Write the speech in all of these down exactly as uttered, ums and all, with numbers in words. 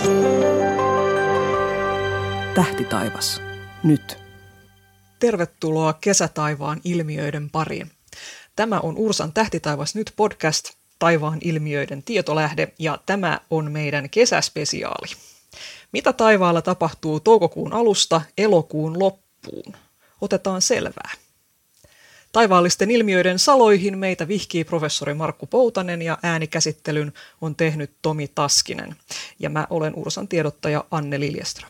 Tähtitaivas. Nyt. Tervetuloa kesätaivaan ilmiöiden pariin. Tämä on Ursan Tähtitaivas nyt podcast, taivaan ilmiöiden tietolähde, ja tämä on meidän kesäspesiaali. Mitä taivaalla tapahtuu toukokuun alusta elokuun loppuun? Otetaan selvää. Taivaallisten ilmiöiden saloihin meitä vihkii professori Markku Poutanen ja äänikäsittelyn on tehnyt Tomi Taskinen. Ja mä olen Ursan tiedottaja Anne Liljeström.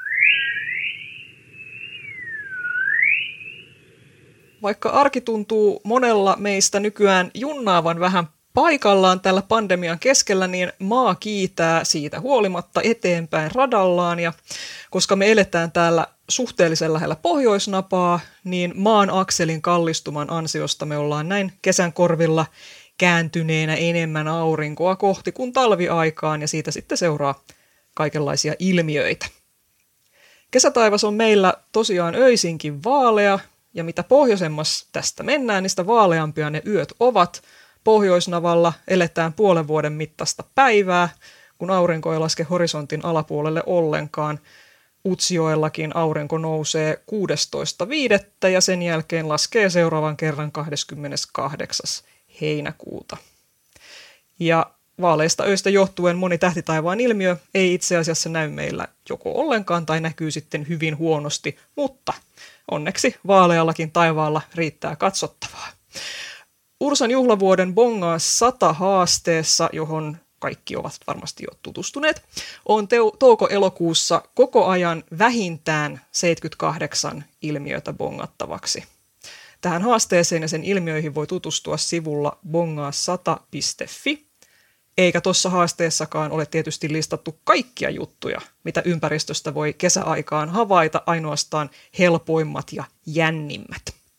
Vaikka arki tuntuu monella meistä nykyään junnaavan vähän paikallaan tällä pandemian keskellä, niin maa kiitää siitä huolimatta eteenpäin radallaan. Ja koska me eletään täällä suhteellisen lähellä pohjoisnapaa, niin maan akselin kallistuman ansiosta me ollaan näin kesän korvilla kääntyneenä enemmän aurinkoa kohti kuin talviaikaan, ja siitä sitten seuraa kaikenlaisia ilmiöitä. Kesätaivas on meillä tosiaan öisinkin vaalea, ja mitä pohjoisemmassa tästä mennään, niin sitä vaaleampia ne yöt ovat. Pohjoisnavalla eletään puolen vuoden mittaista päivää, kun aurinko ei laske horisontin alapuolelle ollenkaan. Utsjoellakin aurinko nousee kuudestoista viidettä ja sen jälkeen laskee seuraavan kerran kahdeskymmeneskahdeksas heinäkuuta. Ja vaaleista öistä johtuen moni tähtitaivaan ilmiö ei itse asiassa näy meillä joko ollenkaan tai näkyy sitten hyvin huonosti, mutta onneksi vaaleallakin taivaalla riittää katsottavaa. Ursan juhlavuoden Bongaa sata haasteessa, johon kaikki ovat varmasti jo tutustuneet, on teu- touko-elokuussa koko ajan vähintään seitsemänkymmentäkahdeksan ilmiötä bongattavaksi. Tähän haasteeseen ja sen ilmiöihin voi tutustua sivulla bongaa sata piste fi, eikä tuossa haasteessakaan ole tietysti listattu kaikkia juttuja, mitä ympäristöstä voi kesäaikaan havaita, ainoastaan helpoimmat ja jännimmät.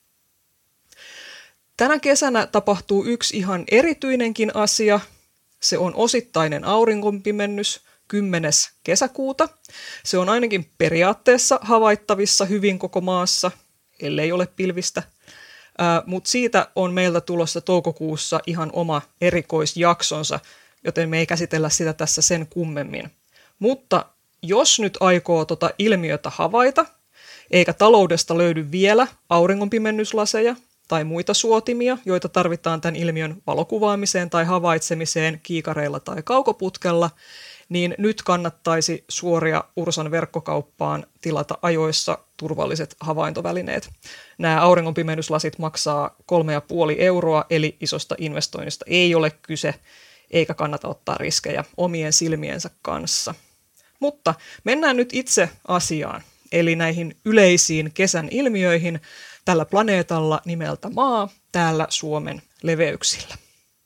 Tänä kesänä tapahtuu yksi ihan erityinenkin asia. Se on osittainen auringonpimennys kymmenes kesäkuuta. Se on ainakin periaatteessa havaittavissa hyvin koko maassa, ellei ole pilvistä. Ää, mutta siitä on meiltä tulossa toukokuussa ihan oma erikoisjaksonsa, joten me ei käsitellä sitä tässä sen kummemmin. Mutta jos nyt aikoo tota ilmiötä havaita, eikä taloudesta löydy vielä auringonpimennyslaseja tai muita suotimia, joita tarvitaan tämän ilmiön valokuvaamiseen tai havaitsemiseen kiikareilla tai kaukoputkella, niin nyt kannattaisi suoria Ursan verkkokauppaan tilata ajoissa turvalliset havaintovälineet. Nämä auringonpimennyslasit maksaa kolme ja puoli euroa, eli isosta investoinnista ei ole kyse, eikä kannata ottaa riskejä omien silmiensä kanssa. Mutta mennään nyt itse asiaan, eli näihin yleisiin kesän ilmiöihin tällä planeetalla nimeltä Maa, täällä Suomen leveyksillä.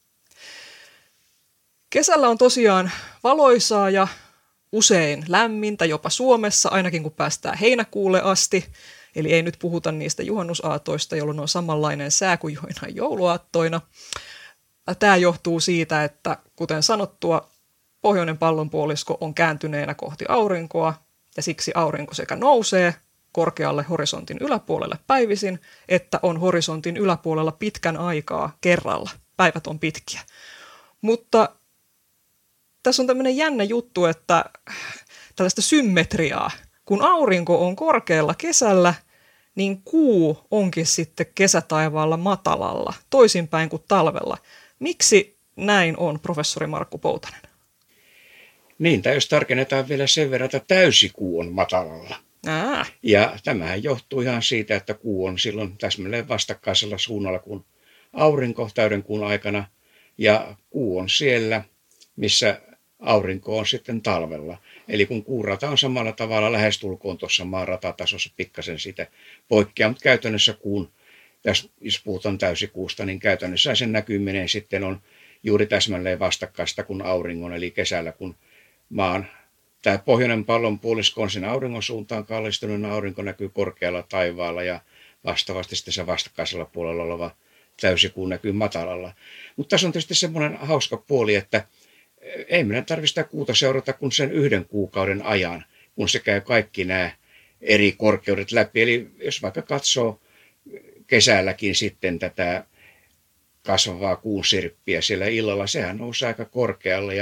Kesällä on tosiaan valoisaa ja usein lämmintä, jopa Suomessa, ainakin kun päästään heinäkuulle asti. Eli ei nyt puhuta niistä juhannusaatoista, jolloin on samanlainen sää kuin joinain jouluaattoina. Tämä johtuu siitä, että kuten sanottua, pohjoinen pallonpuolisko on kääntyneenä kohti aurinkoa, ja siksi aurinko sekä nousee korkealle horisontin yläpuolelle päivisin, että on horisontin yläpuolella pitkän aikaa kerralla. Päivät on pitkiä. Mutta tässä on tämmöinen jännä juttu, että tällaista symmetriaa. Kun aurinko on korkealla kesällä, niin kuu onkin sitten kesätaivaalla matalalla, toisinpäin kuin talvella. Miksi näin on, professori Markku Poutanen? Niin, tai jos tarkennetaan vielä sen verran, että täysikuu on matalalla. Ää. Ja tämähän johtuu ihan siitä, että kuu on silloin täsmälleen vastakkaisella suunnalla kuin aurinko täydenkuun aikana. Ja kuu on siellä, missä aurinko on sitten talvella. Eli kun kuurata on samalla tavalla lähestulkoon tuossa maan ratatasossa, pikkasen siitä poikkeaa, mutta käytännössä kuun, jos puhutaan täysikuusta, niin käytännössä sen näkyminen sitten on juuri täsmälleen vastakkaista kuin auringon, eli kesällä, kun maan tämä pohjoinen pallonpuolisko on sen auringon suuntaan kallistunut, aurinko näkyy korkealla taivaalla ja vastaavasti sitten se vastakkaisella puolella oleva täysikuu näkyy matalalla. Mutta tässä on tietysti semmoinen hauska puoli, että ei meidän tarvitse sitä kuuta seurata kuin sen yhden kuukauden ajan, kun se käy kaikki nämä eri korkeudet läpi. Eli jos vaikka katsoo kesälläkin sitten tätä kasvavaa kuun sirppiä siellä illalla, sehän nousee aika korkealle ja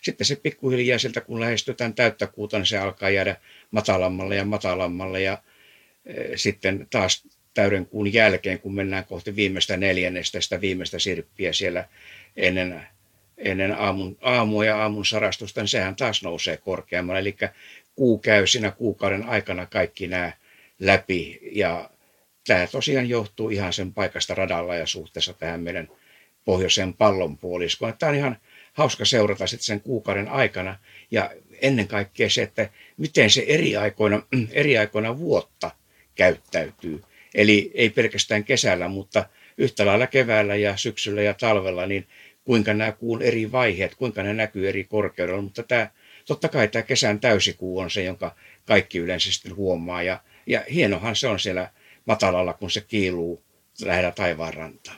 sitten se pikkuhiljaa sieltä, kun lähestytään täyttä kuuta, niin se alkaa jäädä matalammalle ja matalammalle. Ja e, sitten taas täyden kuun jälkeen, kun mennään kohti viimeistä neljännestä, sitä viimeistä sirppiä siellä ennen, ennen aamun, aamua ja aamun sarastusta, niin sehän taas nousee korkeammalle. Eli kuu käy siinä kuukauden aikana kaikki nämä läpi. Ja tämä tosiaan johtuu ihan sen paikasta radalla ja suhteessa tähän meidän pohjoiseen pallonpuoliskoon. Tämä on ihan hauska seurata sitten sen kuukauden aikana ja ennen kaikkea se, että miten se eri aikoina, eri aikoina vuotta käyttäytyy. Eli ei pelkästään kesällä, mutta yhtä lailla keväällä ja syksyllä ja talvella, niin kuinka nämä kuun eri vaiheet, kuinka ne näkyy eri korkeudella. Mutta tämä, totta kai tämä kesän täysikuu on se, jonka kaikki yleensä sitten huomaa. Ja, ja hienohan se on siellä matalalla, kun se kiiluu lähellä taivaanrantaa.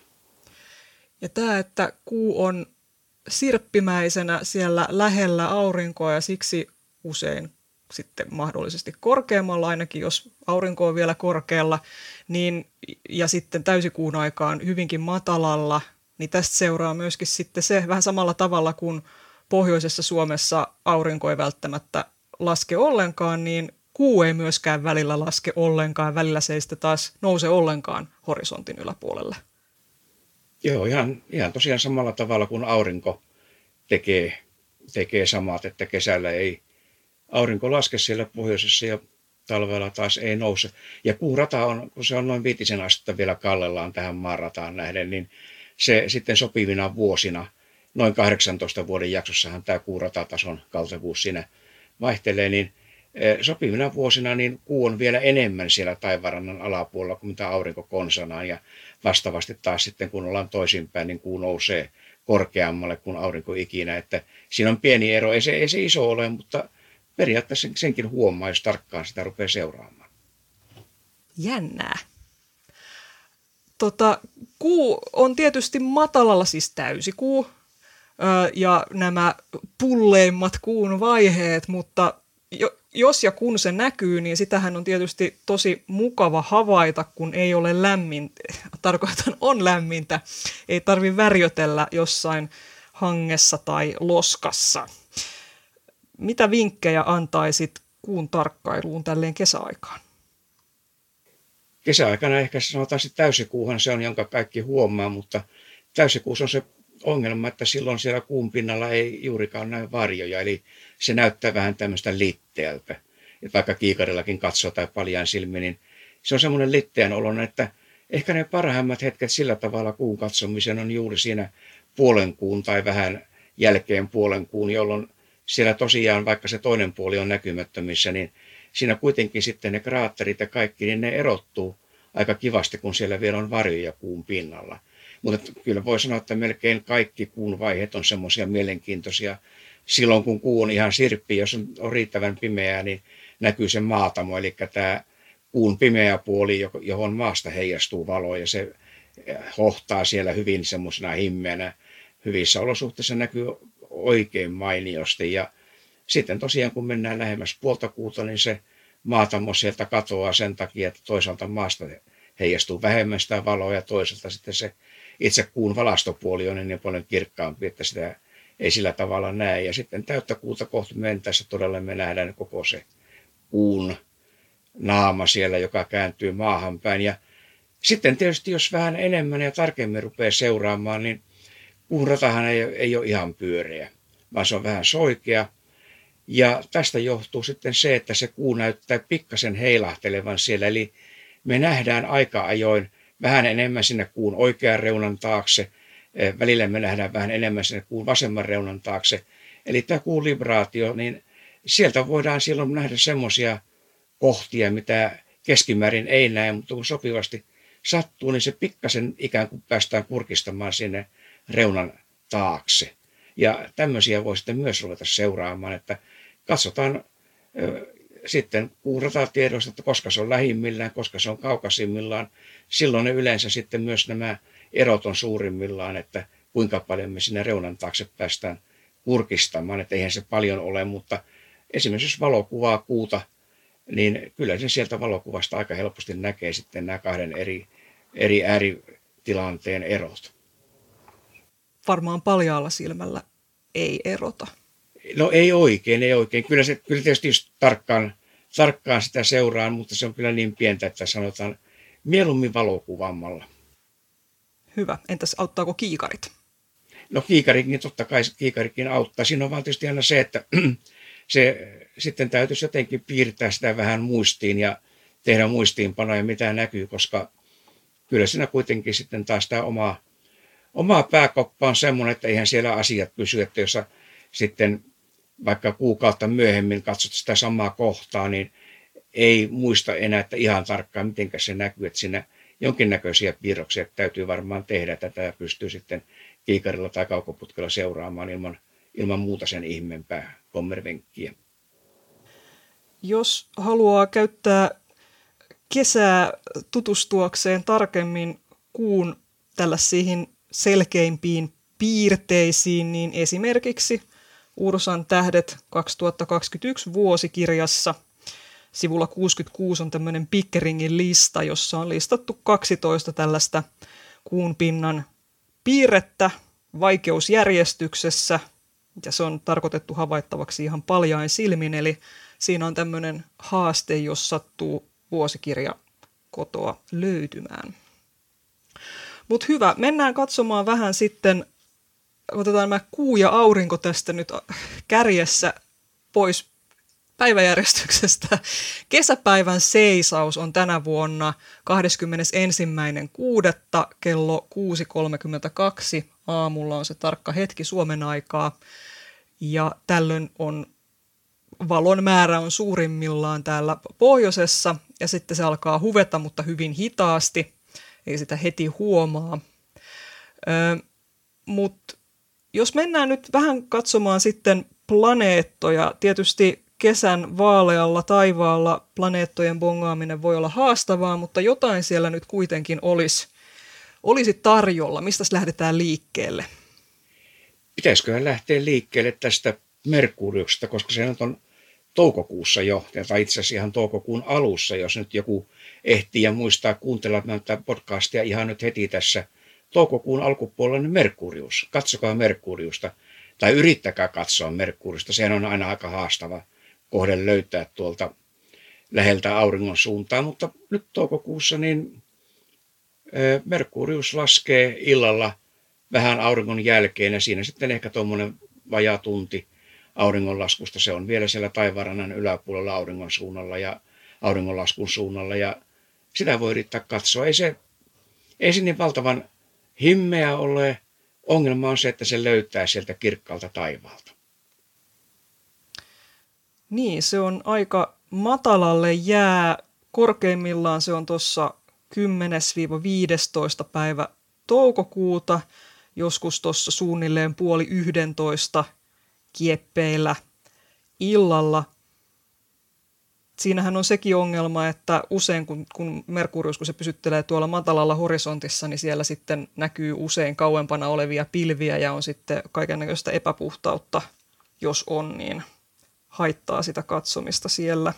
Ja tämä, että kuu on sirppimäisenä siellä lähellä aurinkoa ja siksi usein sitten mahdollisesti korkeammalla, ainakin jos aurinko on vielä korkealla, niin, ja sitten täysikuun aikaan hyvinkin matalalla, niin tästä seuraa myöskin sitten se vähän samalla tavalla kuin pohjoisessa Suomessa aurinko ei välttämättä laske ollenkaan, niin kuu ei myöskään välillä laske ollenkaan, välillä se ei sitten taas nouse ollenkaan horisontin yläpuolelle. Joo, ihan, ihan tosiaan samalla tavalla kuin aurinko tekee, tekee samat, että kesällä ei aurinko laske siellä pohjoisessa ja talvella taas ei nouse. Ja kuun rata on, kun se on noin viitisen astetta vielä kallellaan tähän maanrataan nähden, niin se sitten sopivina vuosina, noin kahdeksantoista vuoden jaksossahan tämä kuun ratatason kaltevuus siinä vaihtelee, niin sopivina vuosina niin kuu on vielä enemmän siellä taivaanrannan alapuolella kuin mitä aurinko konsanaan. Ja vastaavasti taas sitten kun ollaan toisinpäin, niin kuu nousee korkeammalle kuin aurinko ikinä. Että siinä on pieni ero, ei se, ei se iso ole, mutta periaatteessa senkin huomaa, jos tarkkaan sitä rupeaa seuraamaan. Jännää. Tota, kuu on tietysti matalalla, siis täysikuu, ja nämä pulleimmat kuun vaiheet, mutta jos ja kun se näkyy, niin sitähän on tietysti tosi mukava havaita, kun ei ole lämmintä, tarkoitan on lämmintä, ei tarvitse värjötellä jossain hangessa tai loskassa. Mitä vinkkejä antaisit kuun tarkkailuun tälleen kesäaikaan? Kesäaikana ehkä sanotaan, että täysikuuhan se on, jonka kaikki huomaa, mutta täysikuussa on se ongelma, että silloin siellä kuun pinnalla ei juurikaan näy varjoja, eli se näyttää vähän tämmöistä litteältä. Et vaikka kiikarillakin katsoo tai paljain silmin, niin se on semmoinen litteän oloinen, että ehkä ne parhaimmat hetket sillä tavalla kuun katsomisen on juuri siinä puolen kuun tai vähän jälkeen puolen kuun, jolloin siellä tosiaan, vaikka se toinen puoli on näkymättömissä, niin siinä kuitenkin sitten ne kraatterit ja kaikki, niin ne erottuu aika kivasti, kun siellä vielä on varjoja kuun pinnalla. Mutta kyllä voi sanoa, että melkein kaikki kuun vaiheet on semmoisia mielenkiintoisia. Silloin kun kuu on ihan sirppi, jos on riittävän pimeää, niin näkyy se maatamo, eli tämä kuun pimeä puoli, johon maasta heijastuu valo, ja se hohtaa siellä hyvin semmoisena himmeänä. Hyvissä olosuhteissa näkyy oikein mainiosti, ja sitten tosiaan kun mennään lähemmäs puolta kuuta, niin se maatamo sieltä katoaa sen takia, että toisaalta maasta heijastuu vähemmän sitä valoa, ja toisaalta sitten se itse kuun valastopuoli on niin paljon kirkkaampi, että sitä ei sillä tavalla näe. Ja sitten täyttä kuuta kohti mentäessä todella me nähdään koko se kuun naama siellä, joka kääntyy maahan päin. Ja sitten tietysti, jos vähän enemmän ja tarkemmin rupeaa seuraamaan, niin kuun ratahan ei, ei ole ihan pyöreä, vaan se on vähän soikea. Ja tästä johtuu sitten se, että se kuu näyttää pikkasen heilahtelevan siellä. Eli me nähdään aika ajoin vähän enemmän sinne kuun oikean reunan taakse. Välillä me nähdään vähän enemmän sinne kuun vasemman reunan taakse. Eli tämä kuun libraatio, niin sieltä voidaan silloin nähdä semmoisia kohtia, mitä keskimäärin ei näe, mutta kun sopivasti sattuu, niin se pikkasen ikään kuin päästään kurkistamaan sinne reunan taakse. Ja tämmöisiä voi sitten myös ruveta seuraamaan, että katsotaan ö, sitten kuun ratatiedoista, että koska se on lähimmillään, koska se on kaukaisimmillaan. Silloin ne yleensä sitten myös nämä erot on suurimmillaan, että kuinka paljon me sinne reunan taakse päästään kurkistamaan. Että eihän se paljon ole, mutta esimerkiksi jos valo kuvaa kuuta, niin kyllä sen sieltä valokuvasta aika helposti näkee sitten nämä kahden eri, eri ääritilanteen erot. Varmaan paljaalla silmällä ei erota. No ei oikein, ei oikein. Kyllä, se, kyllä tietysti just tarkkaan, tarkkaan sitä seuraan, mutta se on kyllä niin pientä, että sanotaan mieluummin valokuvaamalla. Hyvä. Entäs auttaako kiikarit? No kiikarikin, totta kai kiikarikin auttaa. Siinä on vaan tietysti aina se, että se sitten täytyisi jotenkin piirtää sitä vähän muistiin ja tehdä muistiinpanoja, mitä näkyy, koska kyllä siinä kuitenkin sitten taas tämä oma, oma pääkoppa on semmoinen, että eihän siellä asiat pysy, että jos sitten vaikka kuukautta myöhemmin katsot sitä samaa kohtaa, niin ei muista enää, että ihan tarkkaan miten se näkyy, että siinä jonkinnäköisiä piirroksia täytyy varmaan tehdä, että tätä pystyy sitten kiikarilla tai kaukoputkella seuraamaan ilman, ilman muuta sen ihmeempää kommervenkkiä. Jos haluaa käyttää kesää tutustuakseen tarkemmin kuun tällaisiin selkeimpiin piirteisiin, niin esimerkiksi Ursan tähdet kaksituhattakaksikymmentäyksi vuosikirjassa sivulla kuusikymmentäkuusi on tämmöinen Pickeringin lista, jossa on listattu kaksitoista tällaista kuun pinnan piirrettä vaikeusjärjestyksessä, ja se on tarkoitettu havaittavaksi ihan paljain silmin, eli siinä on tämmöinen haaste, jos sattuu vuosikirja kotoa löytymään. Mutta hyvä, mennään katsomaan vähän sitten, otetaan nämä kuu ja aurinko tästä nyt kärjessä pois päiväjärjestyksestä. Kesäpäivän seisaus on tänä vuonna kahdeskymmenesensimmäinen kuudetta kello kuusi kolmekymmentäkaksi. Aamulla on se tarkka hetki Suomen aikaa. Ja tällöin on valon määrä on suurimmillaan täällä pohjoisessa ja sitten se alkaa huveta, mutta hyvin hitaasti. Ei sitä heti huomaa. Öö, Mutta jos mennään nyt vähän katsomaan sitten planeettoja, tietysti kesän vaalealla taivaalla planeettojen bongaaminen voi olla haastavaa, mutta jotain siellä nyt kuitenkin olisi, olisi tarjolla. Mistä lähdetään liikkeelle? Pitäisiköhän lähteä liikkeelle tästä Merkuriuksesta, koska se nyt on toukokuussa jo, tai itse asiassa ihan toukokuun alussa, jos nyt joku ehtii ja muistaa kuuntella tätä podcastia ihan nyt heti tässä toukokuun alkupuolella, niin Merkurius. Katsokaa Merkuriusta, tai yrittäkää katsoa Merkuriusta. Sehän on aina aika haastava kohde löytää tuolta läheltä auringon suuntaan, mutta nyt toukokuussa niin Merkurius laskee illalla vähän auringon jälkeen, ja siinä sitten ehkä tuommoinen vajaa tunti auringonlaskusta. Se on vielä siellä taivaanrannan yläpuolella auringon suunnalla ja auringonlaskun suunnalla, ja sitä voi yrittää katsoa. Ei se, ei se niin valtavan himmeä ole. Ongelma on se, että se löytää sieltä kirkkaalta taivaalta. Niin, se on aika matalalle jää. Korkeimmillaan se on tuossa kymmenes viidestoista päivä toukokuuta, joskus tuossa suunnilleen puoli yhdentoista kieppeillä illalla. Siinähän on sekin ongelma, että usein kun, kun Merkurius, kun se pysyttelee tuolla matalalla horisontissa, niin siellä sitten näkyy usein kauempana olevia pilviä ja on sitten kaikennäköistä epäpuhtautta, jos on, niin haittaa sitä katsomista siellä.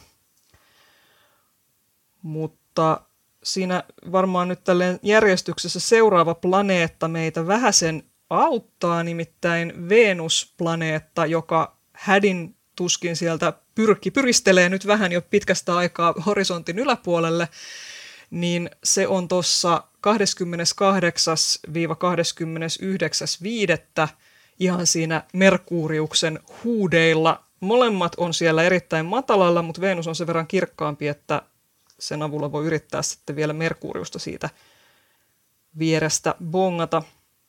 Mutta siinä varmaan nyt tälleen järjestyksessä seuraava planeetta meitä vähäsen auttaa, nimittäin Venus-planeetta, joka hädin tuskin sieltä pyrki, pyristelee nyt vähän jo pitkästä aikaa horisontin yläpuolelle, niin se on tuossa kahdeskymmeneskahdeksas kahdeskymmenesyhdeksäs viidettä ihan siinä Merkuriuksen huudeilla. Molemmat on siellä erittäin matalalla, mutta Venus on sen verran kirkkaampi, että sen avulla voi yrittää sitten vielä Merkuriusta siitä vierestä bongata.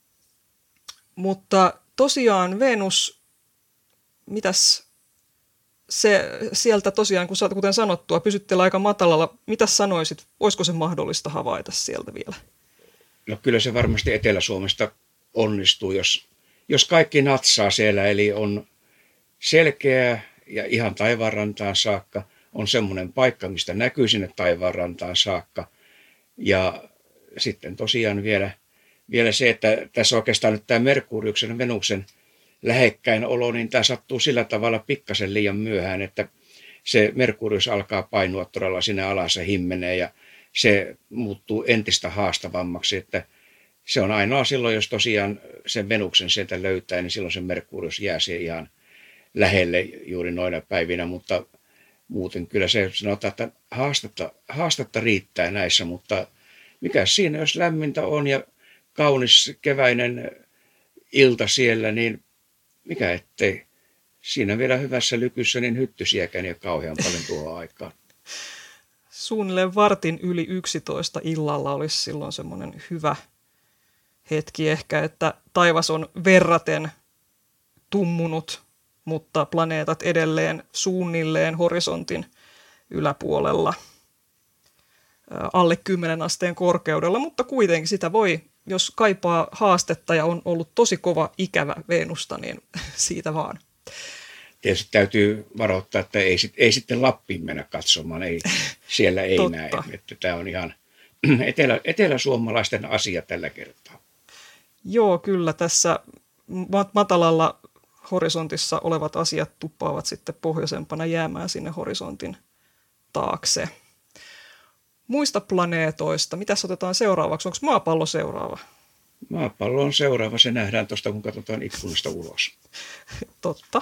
Mutta tosiaan Venus, mitäs se sieltä tosiaan, kuten sanottua, pysyttelee aika matalalla. Mitäs sanoisit, olisiko se mahdollista havaita sieltä vielä? No kyllä se varmasti Etelä-Suomesta onnistuu, jos, jos kaikki natsaa siellä, eli on selkeä ja ihan taivaanrantaan saakka, on semmoinen paikka, mistä näkyy sinne taivaanrantaan saakka. Ja sitten tosiaan vielä, vielä se, että tässä oikeastaan nyt tämä Merkuriuksen ja Venuksen lähekkäin olo, niin tämä sattuu sillä tavalla pikkasen liian myöhään, että se Merkurius alkaa painua todella sinne alas ja himmenee ja se muuttuu entistä haastavammaksi, että se on ainoa silloin, jos tosiaan sen Venuksen sieltä löytää, niin silloin se Merkurius jää siihen ihan lähelle juuri noina päivinä, mutta muuten kyllä se sanotaan, että haastetta, haastetta riittää näissä, mutta mikä siinä, jos lämmintä on ja kaunis keväinen ilta siellä, niin mikä ettei. Siinä vielä hyvässä lykyssä, niin hyttysiäkään ei ole kauhean paljon tuohon aikaan. Suunnilleen vartin yli yksitoista illalla olisi silloin semmoinen hyvä hetki ehkä, että taivas on verraten tummunut, mutta planeetat edelleen suunnilleen horisontin yläpuolella alle kymmenen asteen korkeudella, mutta kuitenkin sitä voi, jos kaipaa haastetta ja on ollut tosi kova ikävä Venusta, niin siitä vaan. Tietysti täytyy varoittaa, että ei, sit, ei sitten Lappiin mennä katsomaan, ei, siellä ei näe. Että tämä on ihan etelä, eteläsuomalaisten asia tällä kertaa. Joo, kyllä tässä matalalla horisontissa olevat asiat tuppaavat sitten pohjoisempana jäämään sinne horisontin taakse. Muista planeetoista, mitä otetaan seuraavaksi? Onko maapallo seuraava? Maapallo on seuraava, se nähdään tuosta, kun katsotaan ikkunasta ulos. Totta.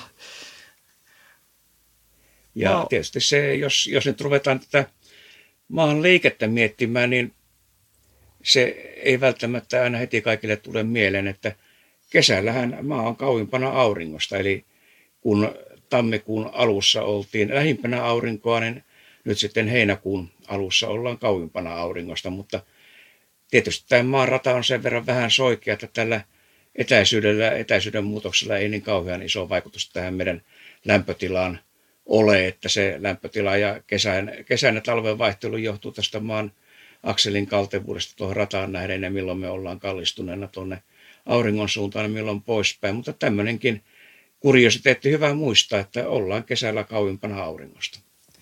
Ja wow. Tietysti se, jos, jos nyt ruvetaan tätä maan liikettä miettimään, niin se ei välttämättä aina heti kaikille tule mieleen, että kesällähän maa on kauimpana auringosta. Eli kun tammikuun alussa oltiin lähimpänä aurinkoa, niin nyt sitten heinäkuun alussa ollaan kauimpana auringosta. Mutta tietysti tämä maan rata on sen verran vähän soikea, että tällä etäisyydellä, etäisyyden muutoksella ei niin kauhean iso vaikutus tähän meidän lämpötilaan ole, että se lämpötila ja kesän, kesän ja talven vaihtelu johtuu tästä maan akselin kaltevuudesta tuohon rataan nähden ja milloin me ollaan kallistuneena tuonne auringon suuntaan ja milloin poispäin. Mutta tämmöinenkin kuriositeetti hyvä muistaa, että ollaan kesällä kauimpana auringosta.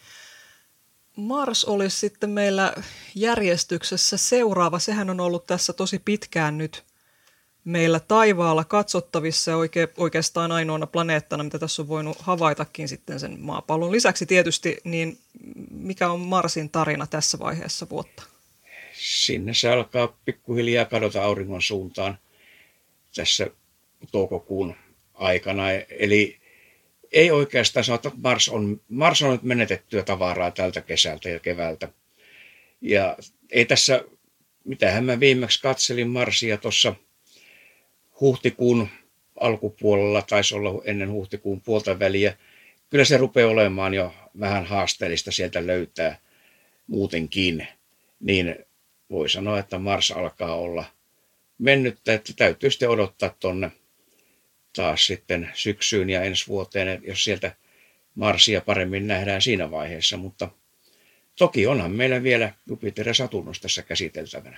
Mars olisi sitten meillä järjestyksessä seuraava. Sehän on ollut tässä tosi pitkään nyt meillä taivaalla katsottavissa ja oike, oikeastaan ainoana planeettana, mitä tässä on voinut havaitakin sitten sen maapallon lisäksi tietysti, niin mikä on Marsin tarina tässä vaiheessa vuotta? Sinne se alkaa pikkuhiljaa kadota auringon suuntaan tässä toukokuun aikana. Eli ei oikeastaan sanota, että Mars on, Mars on nyt menetettyä tavaraa tältä kesältä ja keväältä. Ja ei tässä, mitähän mä viimeksi katselin Marsia tuossa huhtikuun alkupuolella, taisi olla ennen huhtikuun puolta väliä. Kyllä se rupeaa olemaan jo vähän haasteellista sieltä löytää muutenkin. Niin voi sanoa, että Mars alkaa olla mennyttä, että täytyy sitten odottaa tuonne taas sitten syksyyn ja ensi vuoteen, jos sieltä Marsia paremmin nähdään siinä vaiheessa. Mutta toki onhan meillä vielä Jupiter ja Saturnus tässä käsiteltävänä.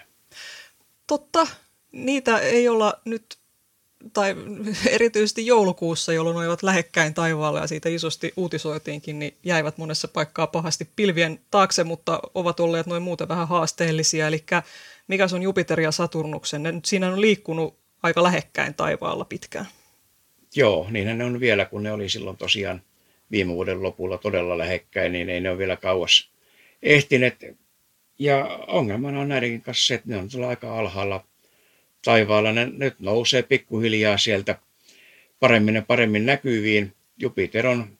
Totta. Niitä ei olla nyt, tai erityisesti joulukuussa, jolloin ne olivat lähekkäin taivaalla ja siitä isosti uutisoitiinkin, niin jäivät monessa paikkaa pahasti pilvien taakse, mutta ovat olleet noin muuten vähän haasteellisia. Eli mikä on Jupiter ja Saturnuksen? Ne nyt siinä on liikkunut aika lähekkäin taivaalla pitkään. Joo, niin ne on vielä, kun ne oli silloin tosiaan viime vuoden lopulla todella lähekkäin, niin ei ne ole vielä kauas ehtineet. Ja ongelmana on näidenkin kanssa se, että ne on tuolla aika alhaalla taivaalla. Ne nyt nousee pikkuhiljaa sieltä paremmin ja paremmin näkyviin. Jupiter on,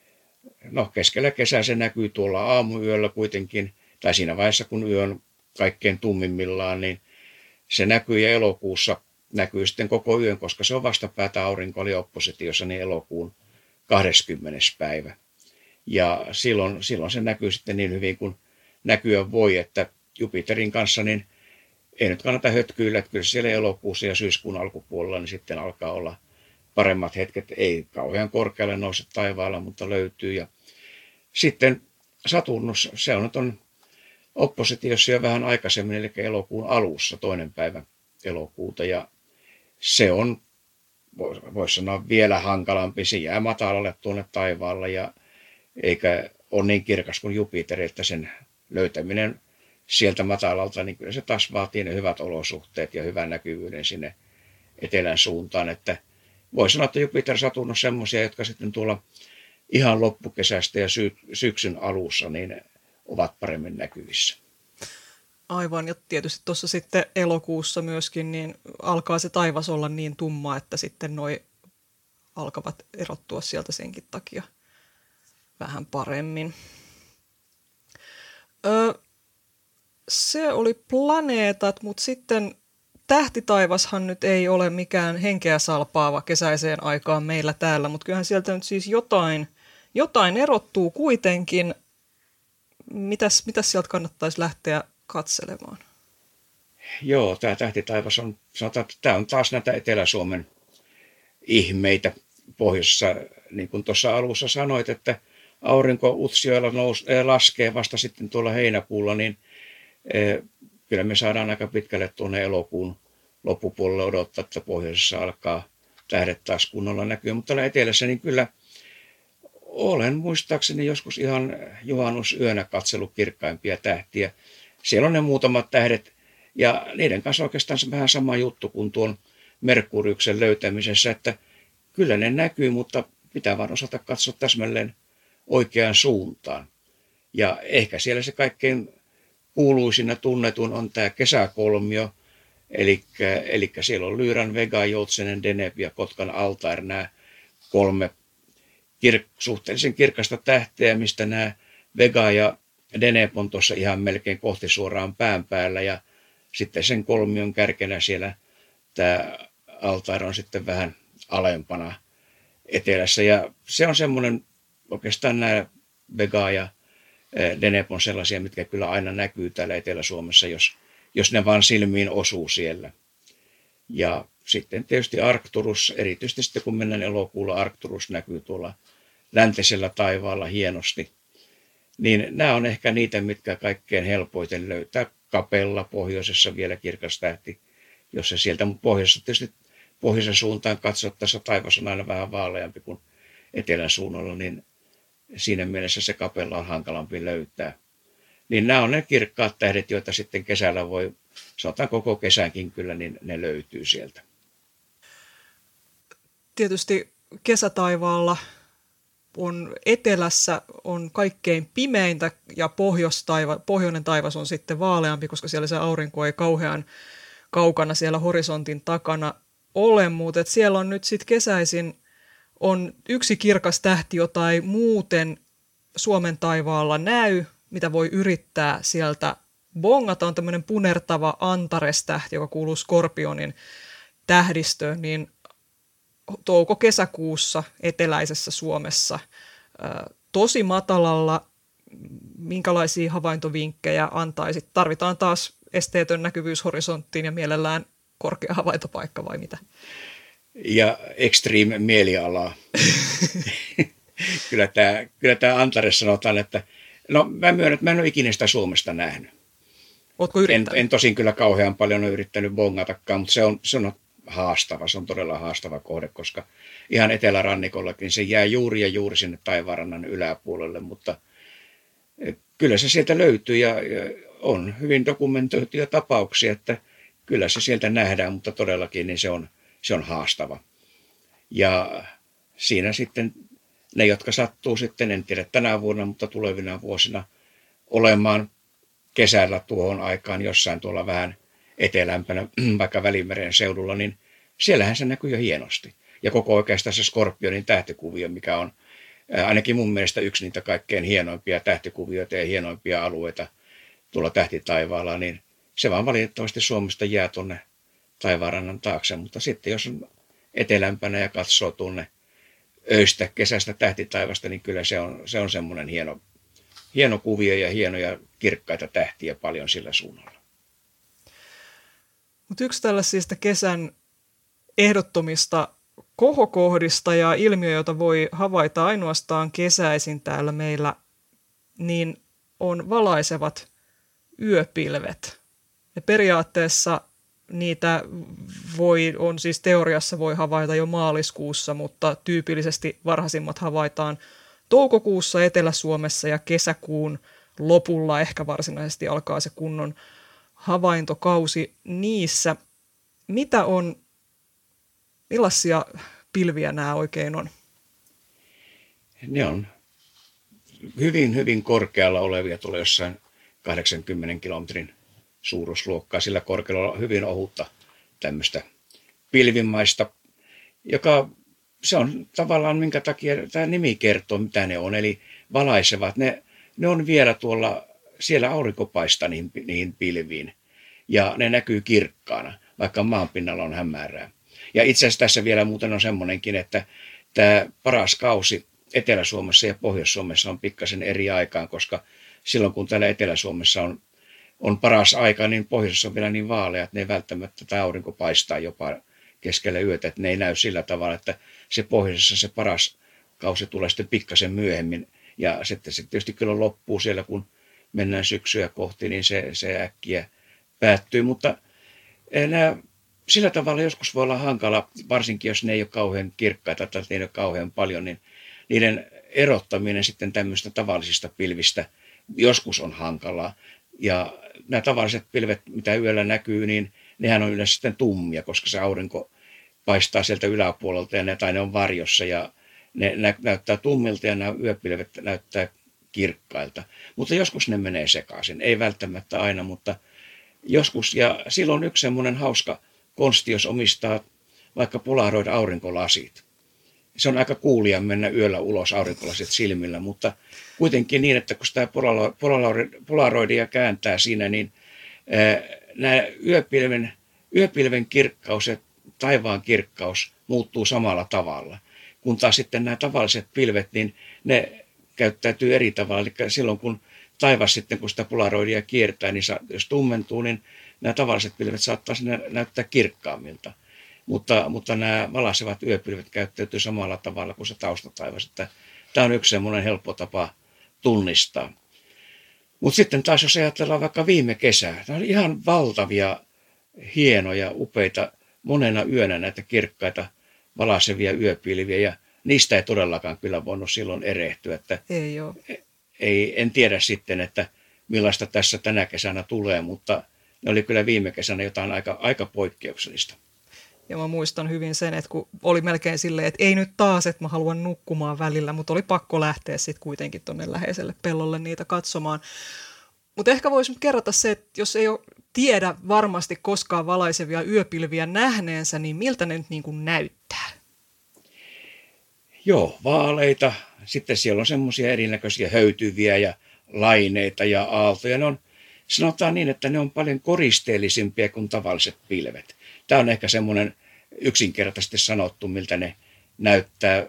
no keskellä kesää se näkyy tuolla aamuyöllä kuitenkin, tai siinä vaiheessa kun yö on kaikkein tummimmillaan, niin se näkyy ja elokuussa näkyy sitten koko yön, koska se on vastapäätä aurinko oli oppositiossa, niin elokuun kahdeskymmenes päivä. Ja silloin, silloin se näkyy sitten niin hyvin kuin näkyä voi, että Jupiterin kanssa niin ei nyt kannata hötkyillä, että kyllä siellä elokuussa ja syyskuun alkupuolella niin sitten alkaa olla paremmat hetket. Ei kauhean korkealle nouse taivaalla, mutta löytyy. Ja sitten Saturnus, se on nyt on oppositiossa jo vähän aikaisemmin, eli elokuun alussa, toinen päivä elokuuta. Ja se on, voisi sanoa, vielä hankalampi. Se jää matalalle tuonne taivaalla ja eikä ole niin kirkas kuin Jupiter, että sen löytäminen sieltä matalalta, niin kyllä se taas vaatii ne hyvät olosuhteet ja hyvän näkyvyyden sinne etelän suuntaan. Että voi sanoa, että Jupiter ja Saturn on semmoisia, jotka sitten tuolla ihan loppukesästä ja sy- syksyn alussa niin ovat paremmin näkyvissä. Aivan, ja tietysti tuossa sitten elokuussa myöskin niin alkaa se taivas olla niin tumma, että sitten noi alkavat erottua sieltä senkin takia vähän paremmin. Ö, se oli planeetat, mutta sitten tähtitaivashan nyt ei ole mikään henkeä salpaava kesäiseen aikaan meillä täällä, mutta kyllähän sieltä nyt siis jotain, jotain erottuu kuitenkin. Mitäs, mitäs sieltä kannattaisi lähteä katselemaan? Joo, tämä tähtitaivas on, sanotaan, että tämä on taas näitä Etelä-Suomen ihmeitä pohjoisessa. Niin kuin tuossa alussa sanoit, että aurinko Utsjoella nous, laskee vasta sitten tuolla heinäkuulla, niin eh, kyllä me saadaan aika pitkälle tuonne elokuun loppupuolelle odottaa, että pohjoisessa alkaa tähdet taas kunnolla näkyä. Mutta täällä etelässä niin kyllä olen muistaakseni joskus ihan juhannusyönä katsellut kirkkaimpia tähtiä. Siellä on ne muutamat tähdet ja niiden kanssa oikeastaan se vähän sama juttu kuin tuon Merkuriuksen löytämisessä, että kyllä ne näkyy, mutta pitää vaan osata katsoa täsmälleen oikeaan suuntaan. Ja ehkä siellä se kaikkein kuuluisin ja tunnetun on tämä kesäkolmio, eli, eli siellä on Lyran, Vega, Joutsenen, Deneb ja Kotkan Altair, nämä kolme kir- suhteellisen kirkasta tähteä, mistä nämä Vega ja Deneb on tuossa ihan melkein kohti suoraan pään päällä, ja sitten sen kolmion kärkenä siellä tämä Altair on sitten vähän alempana etelässä, ja se on semmoinen, oikeastaan nämä Vega ja Deneb on sellaisia, mitkä kyllä aina näkyy täällä Etelä-Suomessa, jos, jos ne vaan silmiin osuu siellä. Ja sitten tietysti Arcturus, erityisesti sitten kun mennään elokuulla, Arcturus näkyy tuolla läntisellä taivaalla hienosti. Niin nämä on ehkä niitä, mitkä kaikkein helpoiten löytää. Capella pohjoisessa vielä kirkas tähti, jos se sieltä, mutta pohjoisessa tietysti pohjoisen suuntaan katsottaessa taivas on aina vähän vaaleampi kuin etelän suunnalla, niin siinä mielessä se Capella on hankalampi löytää. Niin nämä on ne kirkkaat tähdet, joita sitten kesällä voi, sanotaan koko kesänkin kyllä, niin ne löytyy sieltä. Tietysti kesätaivaalla on etelässä on kaikkein pimeintä ja pohjoistaiva, pohjoinen taivas on sitten vaaleampi, koska siellä se aurinko ei kauhean kaukana siellä horisontin takana ole, mutta siellä on nyt sitten kesäisin on yksi kirkas tähti, jota ei muuten Suomen taivaalla näy, mitä voi yrittää sieltä bongata. On tämmöinen punertava Antares-tähti, joka kuuluu Skorpionin tähdistöön, niin touko-kesäkuussa eteläisessä Suomessa tosi matalalla, minkälaisia havaintovinkkejä antaisit? Tarvitaan taas esteetön näkyvyys horisonttiin ja mielellään korkea havaintopaikka vai mitä? Ja extreme mielialaa. kyllä tämä kyllä tämä Antares sanotaan, että no mä myönnän, että mä en ole ikinä sitä Suomesta nähnyt. Ootko yrittänyt? En, en tosin kyllä kauhean paljon ole yrittänyt bongatakaan, mutta se on, se on haastava, se on todella haastava kohde, koska ihan etelärannikollakin se jää juuri ja juuri sinne taivaanrannan yläpuolelle, mutta kyllä se sieltä löytyy ja, ja on hyvin dokumentoituja tapauksia, että kyllä se sieltä nähdään, mutta todellakin niin se on, se on haastava. Ja siinä sitten ne, jotka sattuu sitten, en tiedä tänä vuonna, mutta tulevina vuosina olemaan kesällä tuohon aikaan jossain tuolla vähän etelämpänä, vaikka Välimeren seudulla, niin siellähän se näkyy jo hienosti. Ja koko oikeastaan se Skorpionin tähtikuvio, mikä on ainakin mun mielestä yksi niitä kaikkein hienoimpia tähtikuvioita ja hienoimpia alueita tuolla tähtitaivaalla, niin se vaan valitettavasti Suomesta jää tuonne taivaanrannan taakse. Mutta sitten jos on etelämpänä ja katsoo tuonne öistä, kesästä tähtitaivasta, niin kyllä se on, se on semmoinen hieno, hieno kuvio ja hienoja kirkkaita tähtiä paljon sillä suunnalla. Mutta yksi tällaisista kesän ehdottomista kohokohdista ja ilmiö, jota voi havaita ainoastaan kesäisin täällä meillä, niin on valaisevat yöpilvet. Ja periaatteessa niitä voi, on siis teoriassa voi havaita jo maaliskuussa, mutta tyypillisesti varhaisimmat havaitaan toukokuussa Etelä-Suomessa ja kesäkuun lopulla ehkä varsinaisesti alkaa se kunnon havaintokausi niissä. Mitä on, millaisia pilviä nämä oikein on? Ne on hyvin, hyvin korkealla olevia, tulee jossain kahdeksankymmenen kilometrin suuruusluokkaa. Sillä korkealla on hyvin ohutta tämmöistä pilvimaista, joka se on tavallaan minkä takia tämä nimi kertoo, mitä ne on, eli valaisevat. Ne, ne on vielä tuolla, siellä aurinko paistaa niihin, niihin pilviin ja ne näkyy kirkkaana, vaikka maanpinnalla on hämärää. Ja itse asiassa tässä vielä muuten on semmoinenkin, että tämä paras kausi Etelä-Suomessa ja Pohjois-Suomessa on pikkasen eri aikaan, koska silloin kun täällä Etelä-Suomessa on, on paras aika, niin pohjoisessa on vielä niin vaalea, että ne ei välttämättä, tämä aurinko paistaa jopa keskellä yötä, että ne ei näy sillä tavalla, että se pohjoisessa se paras kausi tulee sitten pikkasen myöhemmin. Ja sitten se tietysti kyllä loppuu siellä, kun mennään syksyä kohti, niin se, se äkkiä päättyy. Mutta nämä, sillä tavalla joskus voi olla hankala, varsinkin jos ne ei ole kauhean kirkkaita tai ne ei ole kauhean paljon, niin niiden erottaminen sitten tämmöistä tavallisista pilvistä joskus on hankalaa. Ja nämä tavalliset pilvet, mitä yöllä näkyy, niin nehän on yleensä sitten tummia, koska se aurinko paistaa sieltä yläpuolelta ja ne, tai ne on varjossa ja ne nä, näyttää tummilta ja nämä yöpilvet näyttää kirkkailta. Mutta joskus ne menee sekaisin, ei välttämättä aina, mutta joskus. Ja silloin yksi semmoinen hauska konsti, jos omistaa vaikka polaroid-aurinkolasit. Se on aika kuulia mennä yöllä ulos aurinkolasit silmillä, mutta kuitenkin niin, että kun sitä polaroidia kääntää siinä, niin nämä yöpilven, yöpilven kirkkaus ja taivaan kirkkaus muuttuu samalla tavalla. Kun taas sitten nämä tavalliset pilvet, niin ne käyttäytyy eri tavalla. Eli silloin kun taivas sitten, kun sitä polaroidia kiertää, niin jos tummentuu, niin nämä tavalliset pilvet saattaa näyttää kirkkaammilta. Mutta, mutta nämä valaisevat yöpilvet käyttäytyy samalla tavalla kuin se taustataivas. Että tämä on yksi semmoinen helppo tapa tunnistaa. Mutta sitten taas jos ajatellaan vaikka viime kesää, nämä oli ihan valtavia, hienoja, upeita, monena yönä näitä kirkkaita valaisevia yöpilviä ja niistä ei todellakaan kyllä voinut silloin erehtyä. Että ei ole. Ei, en tiedä sitten, että millaista tässä tänä kesänä tulee, mutta ne oli kyllä viime kesänä jotain aika, aika poikkeuksellista. Ja mä muistan hyvin sen, että kun oli melkein silleen, että ei nyt taas, että mä haluan nukkumaan välillä, mutta oli pakko lähteä sitten kuitenkin tuonne läheiselle pellolle niitä katsomaan. Mutta ehkä voisi nyt kerrata se, että jos ei ole tiedä varmasti koskaan valaisevia yöpilviä nähneensä, niin miltä ne nyt niin kuin näyttää? Joo, vaaleita. Sitten siellä on semmoisia erinäköisiä höytyviä ja laineita ja aaltoja. Ne on, sanotaan niin, että ne on paljon koristeellisimpia kuin tavalliset pilvet. Tämä on ehkä semmoinen yksinkertaisesti sanottu, miltä ne näyttää.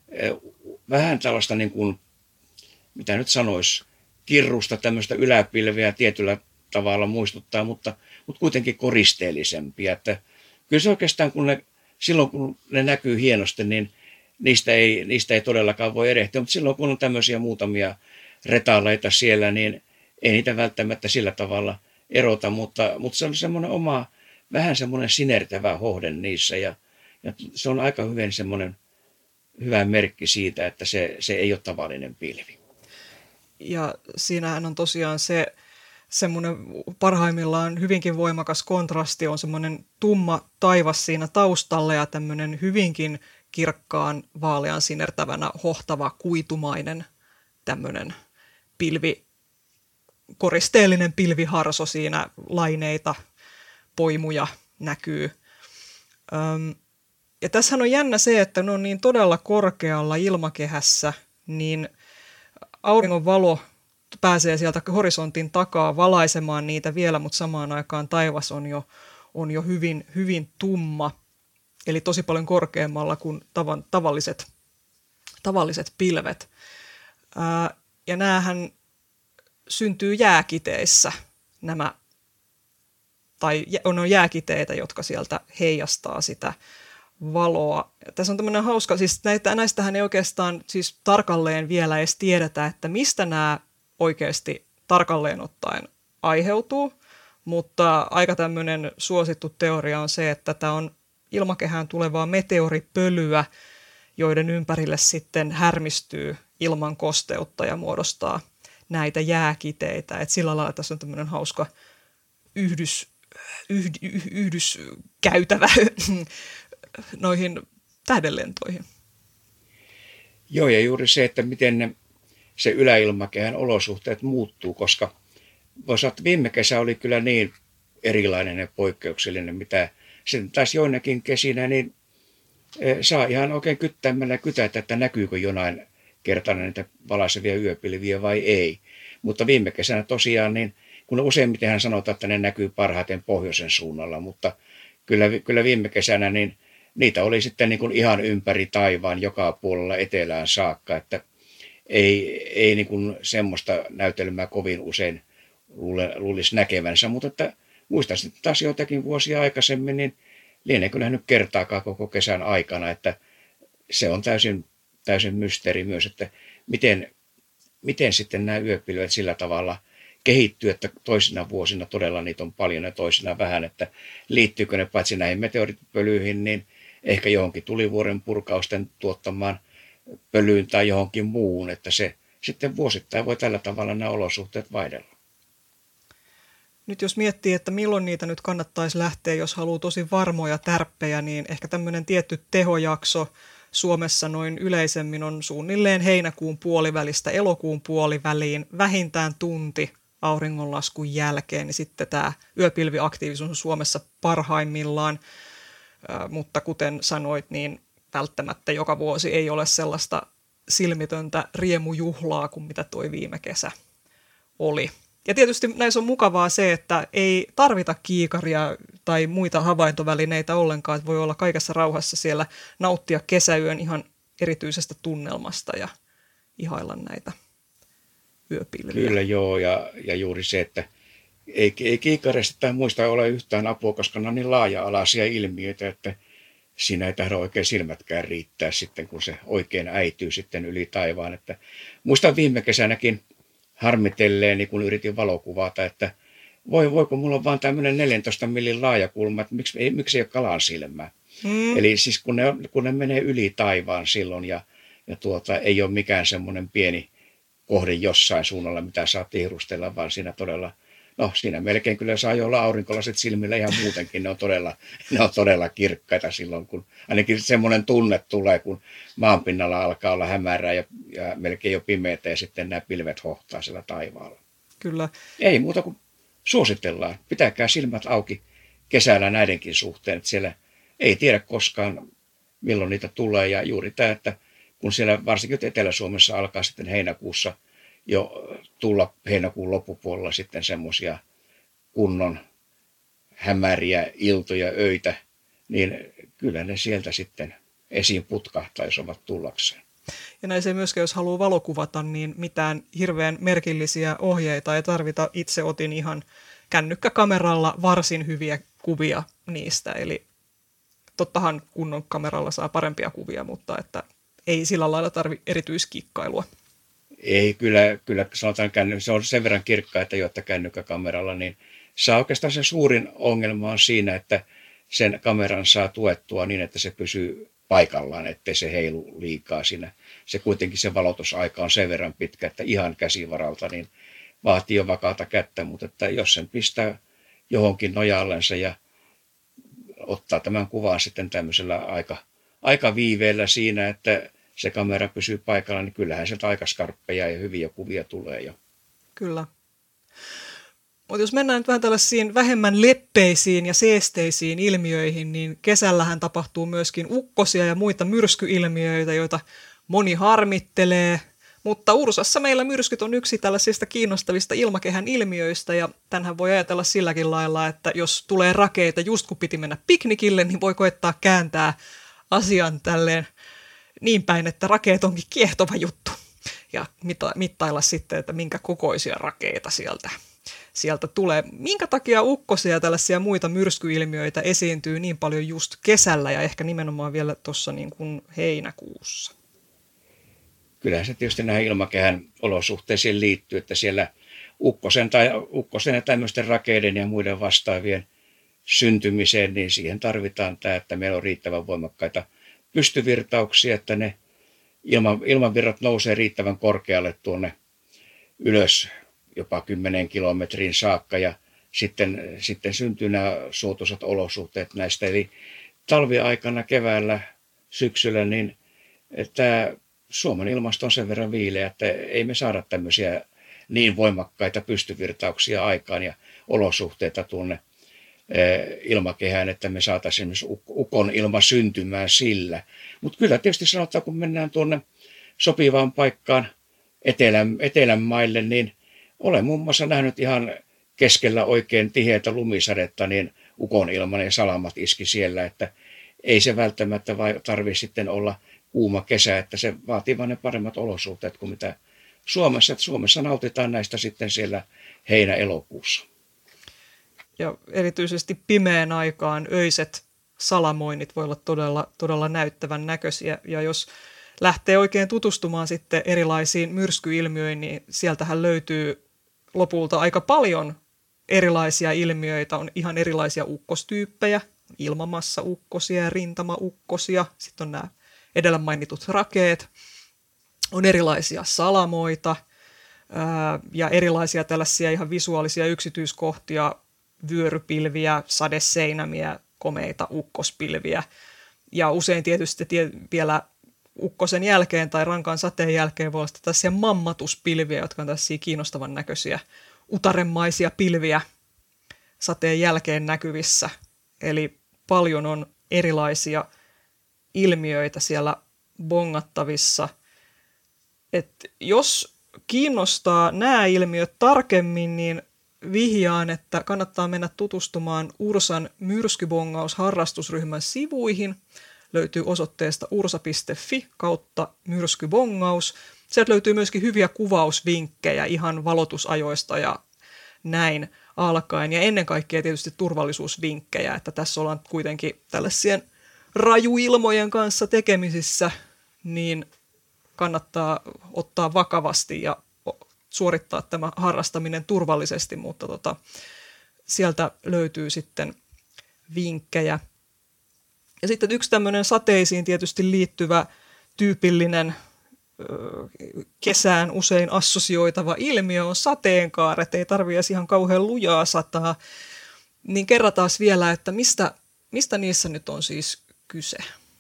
Vähän tällaista niin kuin, mitä nyt sanoisi, kirrusta tämmöistä yläpilveä tietyllä tavalla muistuttaa, mutta, mutta kuitenkin koristeellisempia. Että kyllä se oikeastaan, kun ne, silloin kun ne näkyy hienosti, niin niistä ei, niistä ei todellakaan voi erehtyä. Mutta silloin kun on tämmöisiä muutamia retaleita siellä, niin ei niitä välttämättä sillä tavalla erota, mutta, mutta se on semmoinen oma, vähän semmoinen sinertävä hohde niissä ja, ja se on aika hyvin semmoinen hyvä merkki siitä, että se, se ei ole tavallinen pilvi. Ja siinähän on tosiaan se semmoinen parhaimmillaan hyvinkin voimakas kontrasti on semmoinen tumma taivas siinä taustalla ja tämmöinen hyvinkin kirkkaan vaalean sinertävänä hohtava kuitumainen tämmöinen pilvi, koristeellinen pilviharso siinä, laineita, poimuja näkyy. Öm, ja tässähän on jännä se, että ne on niin todella korkealla ilmakehässä, niin auringon valo pääsee sieltä horisontin takaa valaisemaan niitä vielä, mutta samaan aikaan taivas on jo, on jo hyvin, hyvin tumma, eli tosi paljon korkeammalla kuin tavan, tavalliset, tavalliset pilvet. Ää, ja näähän syntyy jääkiteissä nämä, tai on jääkiteitä, jotka sieltä heijastaa sitä valoa. Tässä on tämmöinen hauska, siis näitä, näistähän ei oikeastaan siis tarkalleen vielä edes tiedetä, että mistä nämä oikeasti tarkalleen ottaen aiheutuu, mutta aika tämmöinen suosittu teoria on se, että tämä on ilmakehään tulevaa meteoripölyä, joiden ympärille sitten härmistyy ilman kosteutta ja muodostaa näitä jääkiteitä. Et sillä lailla tässä on tämmöinen hauska yhdys, yhd, yhdyskäytävä noihin tähdenlentoihin. Joo, ja juuri se, että miten ne, se yläilmakehän olosuhteet muuttuu, koska voisi sanoa, että viime kesä oli kyllä niin erilainen ja poikkeuksellinen, mitä sitten taas joinakin kesinä, niin saa ihan oikein kyttämällä kytätä, että näkyykö jonain kertana niitä valaisevia yöpilviä vai ei. Mutta viime kesänä tosiaan, niin kun useimmitenhän sanotaan, että ne näkyy parhaiten pohjoisen suunnalla, mutta kyllä, kyllä viime kesänä niin niitä oli sitten niin kuin ihan ympäri taivaan joka puolella etelään saakka, että ei, ei niin kuin semmoista näytelmää kovin usein luule, luulisi näkevänsä, mutta että muistaisin taas joitakin vuosia aikaisemmin, niin lieneekö nähnyt kertaakaan koko kesän aikana, että se on täysin, täysin mysteeri myös, että miten, miten sitten nämä yöpilvet sillä tavalla kehittyy, että toisina vuosina todella niitä on paljon ja toisina vähän, että liittyykö ne paitsi näihin meteoriittipölyihin, niin ehkä johonkin tulivuoren purkausten tuottamaan pölyyn tai johonkin muuhun, että se sitten vuosittain voi tällä tavalla nämä olosuhteet vaihdella. Nyt jos miettii, että milloin niitä nyt kannattaisi lähteä, jos haluaa tosi varmoja tärppejä, niin ehkä tämmöinen tietty tehojakso Suomessa noin yleisemmin on suunnilleen heinäkuun puolivälistä elokuun puoliväliin vähintään tunti auringonlaskun jälkeen, niin sitten tämä yöpilviaktiivisuus on Suomessa parhaimmillaan, äh, mutta kuten sanoit, niin välttämättä joka vuosi ei ole sellaista silmitöntä riemujuhlaa kuin mitä toi viime kesä oli. Ja tietysti näissä on mukavaa se, että ei tarvita kiikaria tai muita havaintovälineitä ollenkaan, että voi olla kaikessa rauhassa siellä nauttia kesäyön ihan erityisestä tunnelmasta ja ihailla näitä yöpilviä. Kyllä joo, ja, ja juuri se, että ei, ei kiikareista tai muista ole yhtään apua, koska ne on niin laaja-alaisia ilmiöitä, että siinä ei tahdo oikein silmätkään riittää sitten, kun se oikein äityy sitten yli taivaan. Että muistan viime kesänäkin harmitelleen, kun yritin valokuvata, että voi, voiko mulla on vaan tämmöinen neljäntoista millin laajakulma, että miksi ei, miksi ei ole kalan silmää. Mm. Eli siis kun ne, kun ne menee yli taivaan silloin ja, ja tuota, ei ole mikään semmoinen pieni kohde jossain suunnalla, mitä saa tihrustella, vaan siinä todella, no siinä melkein kyllä saa jo olla aurinkolasit silmillä ihan muutenkin, ne on todella, ne on todella kirkkaita silloin, kun ainakin semmoinen tunne tulee, kun maanpinnalla alkaa olla hämärää ja, ja melkein jo pimeätä ja sitten nämä pilvet hohtaa siellä taivaalla. Kyllä. Ei muuta kuin suositellaan, pitäkää silmät auki kesällä näidenkin suhteen, että siellä ei tiedä koskaan milloin niitä tulee ja juuri tämä, että kun siellä varsinkin Etelä-Suomessa alkaa sitten heinäkuussa jo tulla heinäkuun loppupuolella sitten semmoisia kunnon hämäriä iltoja, öitä, niin kyllä ne sieltä sitten esiin putkahtaa, jos ovat tullakseen. Ja näin se myöskään, jos haluaa valokuvata, niin mitään hirveän merkillisiä ohjeita ei tarvita. Itse otin ihan kännykkäkameralla varsin hyviä kuvia niistä, eli tottahan kunnon kameralla saa parempia kuvia, mutta että ei sillä lailla tarvitse erityiskikkailua. Ei, kyllä, kyllä sanotaan, se on sen verran kirkkaa, että jo, että kännykkäkameralla, niin saa oikeastaan se suurin ongelma on siinä, että sen kameran saa tuettua niin, että se pysyy paikallaan, ettei se heilu liikaa siinä. Se kuitenkin se valotusaika on sen verran pitkä, että ihan käsivaralta niin vaatii jo vakaata kättä, mutta että jos sen pistää johonkin nojallensa ja ottaa tämän kuvan sitten tämmöisellä aika, aika viiveellä siinä, että se kamera pysyy paikalla, niin kyllähän sieltä aika skarppeja ja hyviä kuvia tulee jo. Kyllä. Mutta jos mennään nyt vähän tällaisiin vähemmän leppeisiin ja seesteisiin ilmiöihin, niin kesällähän tapahtuu myöskin ukkosia ja muita myrskyilmiöitä, joita moni harmittelee. Mutta Ursassa meillä myrskyt on yksi tällaisista kiinnostavista ilmakehän ilmiöistä, ja tämänhän voi ajatella silläkin lailla, että jos tulee rakeita just kun piti mennä piknikille, niin voi koettaa kääntää asian tälleen niin päin, että rakeet onkin kiehtova juttu. Ja mita- mittailla sitten, että minkä kokoisia rakeita sieltä, sieltä tulee. Minkä takia ukkosia ja tällaisia muita myrskyilmiöitä esiintyy niin paljon just kesällä ja ehkä nimenomaan vielä tuossa niin kuin heinäkuussa? Kyllähän se tietysti näihin ilmakehän olosuhteisiin liittyy, että siellä ukkosen tai ukkosen ja tämmöisten rakeiden ja muiden vastaavien syntymiseen, niin siihen tarvitaan tämä, että meillä on riittävän voimakkaita pystyvirtauksia, että ne ilman, ilmanvirrat nousee riittävän korkealle tuonne ylös jopa kymmenen kilometrin saakka ja sitten, sitten syntyy nämä suotuisat olosuhteet näistä. Eli talviaikana, keväällä, syksyllä, niin tämä Suomen ilmasto on sen verran viileä, että ei me saada tämmöisiä niin voimakkaita pystyvirtauksia aikaan ja olosuhteita tuonne ilmakehään, että me saataisiin esimerkiksi ukon ilma syntymään sillä. Mutta kyllä tietysti sanotaan, kun mennään tuonne sopivaan paikkaan etelän, etelän maille, niin olen muun muassa nähnyt ihan keskellä oikein tiheätä lumisadetta, niin ukonilman ja salamat iski siellä, että ei se välttämättä tarvitse sitten olla kuuma kesä, että se vaatii vain ne paremmat olosuhteet kuin mitä Suomessa. Että Suomessa nautitaan näistä sitten siellä heinä-elokuussa. Ja erityisesti pimeän aikaan öiset salamoinnit voi olla todella, todella näyttävän näköisiä, ja jos lähtee oikein tutustumaan sitten erilaisiin myrskyilmiöihin, niin sieltähän löytyy lopulta aika paljon erilaisia ilmiöitä. On ihan erilaisia ukkostyyppejä, ilmamassa-ukkosia ja rintama-ukkosia, sitten on nämä edellä mainitut rakeet, on erilaisia salamoita ää, ja erilaisia tällaisia ihan visuaalisia yksityiskohtia, vyörypilviä, sadeseinämiä, komeita ukkospilviä, ja usein tietysti tie, vielä ukkosen jälkeen tai rankan sateen jälkeen voi olla tällaisia mammatuspilviä, jotka on tällaisia kiinnostavan näköisiä utaremaisia pilviä sateen jälkeen näkyvissä. Eli paljon on erilaisia ilmiöitä siellä bongattavissa. Et jos kiinnostaa nämä ilmiöt tarkemmin, niin vihjaan, että kannattaa mennä tutustumaan Ursan myrskybongaus-harrastusryhmän sivuihin. Löytyy osoitteesta ursa piste fi kautta myrskybongaus. Sieltä löytyy myöskin hyviä kuvausvinkkejä ihan valotusajoista ja näin alkaen. Ja ennen kaikkea tietysti turvallisuusvinkkejä, että tässä ollaan kuitenkin tällaisien rajuilmojen kanssa tekemisissä, niin kannattaa ottaa vakavasti ja suorittaa tämä harrastaminen turvallisesti, mutta tota, sieltä löytyy sitten vinkkejä. Ja sitten yksi tämmöinen sateisiin tietysti liittyvä tyypillinen ö, kesään usein assosioitava ilmiö on sateenkaaret. Ei tarvitse ihan kauhean lujaa sataa. Niin kerrataan vielä, että mistä, mistä niissä nyt on siis kyse?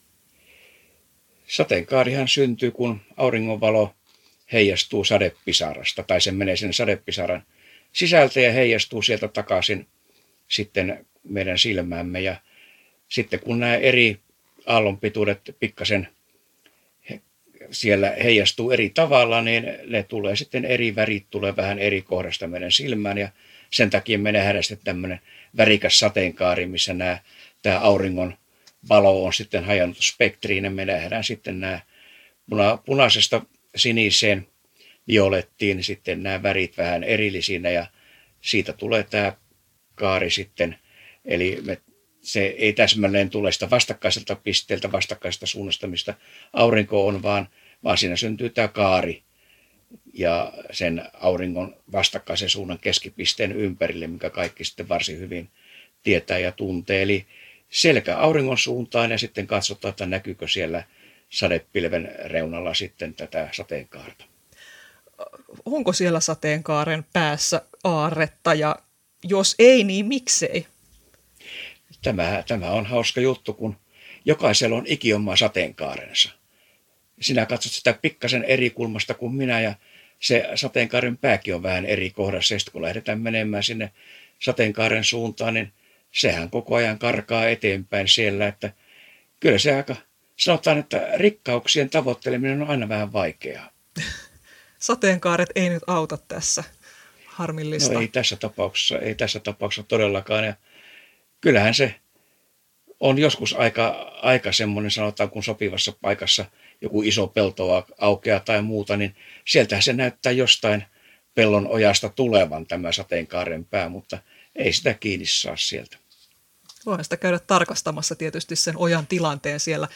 Sateenkaarihan syntyy, kun auringonvalo heijastuu sadepisarasta, tai se menee sinne sadepisaran sisältä ja heijastuu sieltä takaisin sitten meidän silmäämme. Ja sitten kun nämä eri aallonpituudet pikkasen siellä heijastuu eri tavalla, niin ne tulee sitten eri värit, tulee vähän eri kohdasta meidän silmään, ja sen takia me nähdään sitten tämmöinen värikäs sateenkaari, missä nämä, tämä auringon valo on sitten hajannut spektriin, ja me nähdään sitten nämä puna, punaisesta siniseen violettiin, niin sitten nämä värit vähän erillisinä, ja siitä tulee tämä kaari sitten, eli me, se ei täsmälleen tule sitä vastakkaiselta pisteeltä, vastakkaisesta suunnasta, mistä aurinko on, vaan, vaan siinä syntyy tämä kaari ja sen auringon vastakkaisen suunnan keskipisteen ympärille, mikä kaikki sitten varsin hyvin tietää ja tuntee. Eli selkä auringon suuntaan ja sitten katsotaan, että näkyykö siellä sadepilven reunalla sitten tätä sateenkaarta. Onko siellä sateenkaaren päässä aarretta, ja jos ei, niin miksei? Tämä, tämä on hauska juttu, kun jokaisella on ikioma sateenkaarensa. Sinä katsot sitä pikkasen eri kulmasta kuin minä, ja se sateenkaaren pääkin on vähän eri kohdassa. Ja sitten kun lähdetään menemään sinne sateenkaaren suuntaan, niin sehän koko ajan karkaa eteenpäin siellä. Että kyllä se aika, sanotaan, että rikkauksien tavoitteleminen on aina vähän vaikeaa. Sateenkaaret ei nyt auta tässä. Harmillista. No ei tässä tapauksessa, ei tässä tapauksessa todellakaan. Ja kyllähän se on joskus aika, aika semmoinen, sanotaan, kun sopivassa paikassa joku iso pelto aukeaa tai muuta, niin sieltähän se näyttää jostain pellon ojasta tulevan tämä sateenkaaren pää, mutta ei sitä kiinni saa sieltä. Voidaan sitä käydä tarkastamassa tietysti sen ojan tilanteen siellä.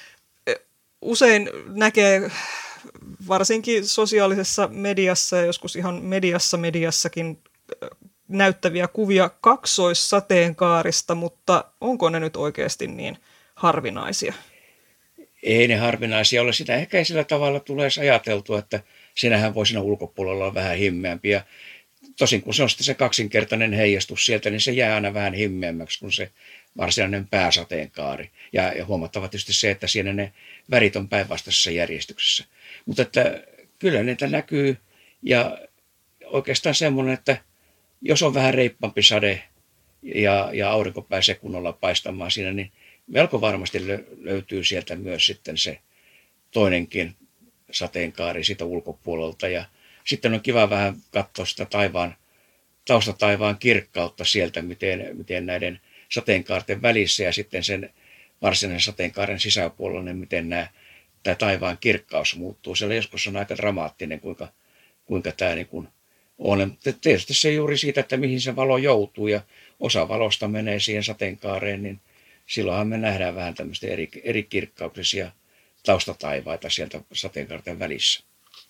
Usein näkee varsinkin sosiaalisessa mediassa ja joskus ihan mediassa mediassakin näyttäviä kuvia kaksoissateenkaarista, mutta onko ne nyt oikeasti niin harvinaisia? Ei ne harvinaisia ole. Sitä ehkä ei sillä tavalla tulee ajateltua, että sinähän voi siinä ulkopuolella olla vähän himmeämpi. Ja tosin kun se on sitten se kaksinkertainen heijastus sieltä, niin se jää aina vähän himmeämmäksi kuin se varsinainen pääsateenkaari. Ja, ja huomattava tietysti se, että siinä ne värit on päinvastaisessa järjestyksessä. Mutta että kyllä niitä näkyy, ja oikeastaan semmoinen, että jos on vähän reippaampi sade, ja, ja aurinko pääsee kunnolla paistamaan siinä, niin melko varmasti löytyy sieltä myös sitten se toinenkin sateenkaari siitä ulkopuolelta. Ja sitten on kiva vähän katsoa sitä taivaan, taustataivaan kirkkautta sieltä, miten, miten näiden sateenkaarten välissä ja sitten sen varsinaisen sateenkaaren sisäpuolella, niin miten nämä, tämä taivaan kirkkaus muuttuu. Siellä joskus on aika dramaattinen, kuinka, kuinka tämä niin kuin on. Tietysti se juuri siitä, että mihin se valo joutuu ja osa valosta menee siihen sateenkaareen, niin silloinhan me nähdään vähän tämmöistä eri, eri kirkkauksisia taustataivaita sieltä sateenkaarten välissä.